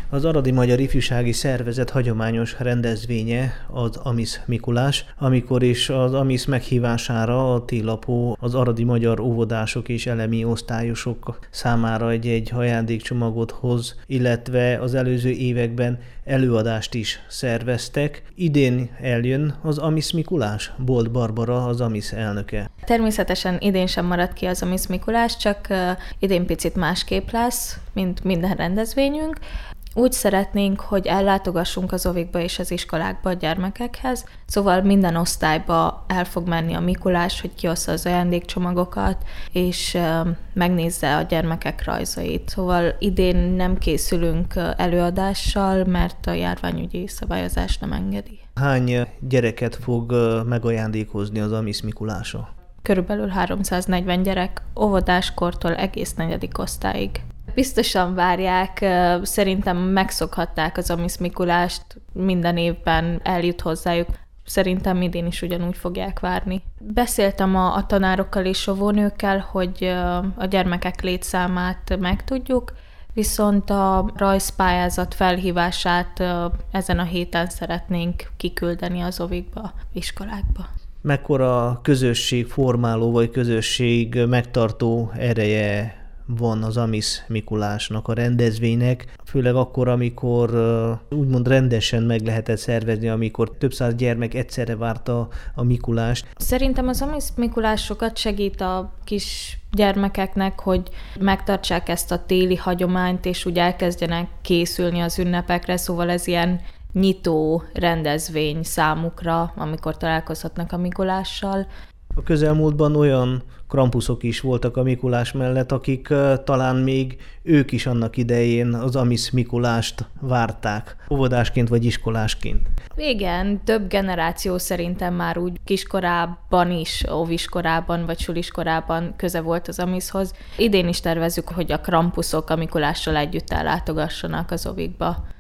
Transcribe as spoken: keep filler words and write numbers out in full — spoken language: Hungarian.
Az Aradi Magyar Ifjúsági Szervezet hagyományos rendezvénye az Amisz Mikulás, amikor is az Amisz meghívására a télapó az aradi magyar óvodások és elemi osztályosok számára egy-egy ajándékcsomagot hoz, illetve az előző években előadást is szerveztek. Idén eljön az Amisz Mikulás? Bolt Barbara, az Amisz elnöke. Természetesen idén sem marad ki az Amisz Mikulás, csak idén picit másképp lesz, mint minden rendezvényünk. Úgy szeretnénk, hogy ellátogassunk az ovikba és az iskolákba a gyermekekhez, szóval minden osztályba el fog menni a Mikulás, hogy kiossza az ajándékcsomagokat, és megnézze a gyermekek rajzait. Szóval idén nem készülünk előadással, mert a járványügyi szabályozás nem engedi. Hány gyereket fog megajándékozni az Amisz Mikulása? Körülbelül háromszáznegyven gyerek, óvodáskortól egész negyedik osztályig. Biztosan várják, szerintem megszokhatták az Amisz Mikulást, minden évben eljut hozzájuk. Szerintem idén is ugyanúgy fogják várni. Beszéltem a, a tanárokkal és óvónőkkel, hogy a gyermekek létszámát megtudjuk, viszont a rajzpályázat felhívását ezen a héten szeretnénk kiküldeni az ovikba, iskolákba. Mekkora közösségformáló vagy közösség megtartó ereje van az Amisz Mikulásnak, a rendezvénynek, főleg akkor, amikor uh, úgymond rendesen meg lehetett szervezni, amikor több száz gyermek egyszerre várta a Mikulást. Szerintem az Amisz Mikulás sokat segít a kis gyermekeknek, hogy megtartsák ezt a téli hagyományt, és úgy elkezdjenek készülni az ünnepekre, szóval ez ilyen nyitó rendezvény számukra, amikor találkozhatnak a Mikulással. A közelmúltban olyan krampuszok is voltak a Mikulás mellett, akik uh, talán még ők is annak idején az Amisz Mikulást várták, óvodásként vagy iskolásként. Igen, több generáció szerintem már úgy kiskorában is, óviskorában vagy suliskorában köze volt az Amiszhoz. Idén is tervezzük, hogy a krampuszok a Mikulással együtt ellátogassanak az ovikba.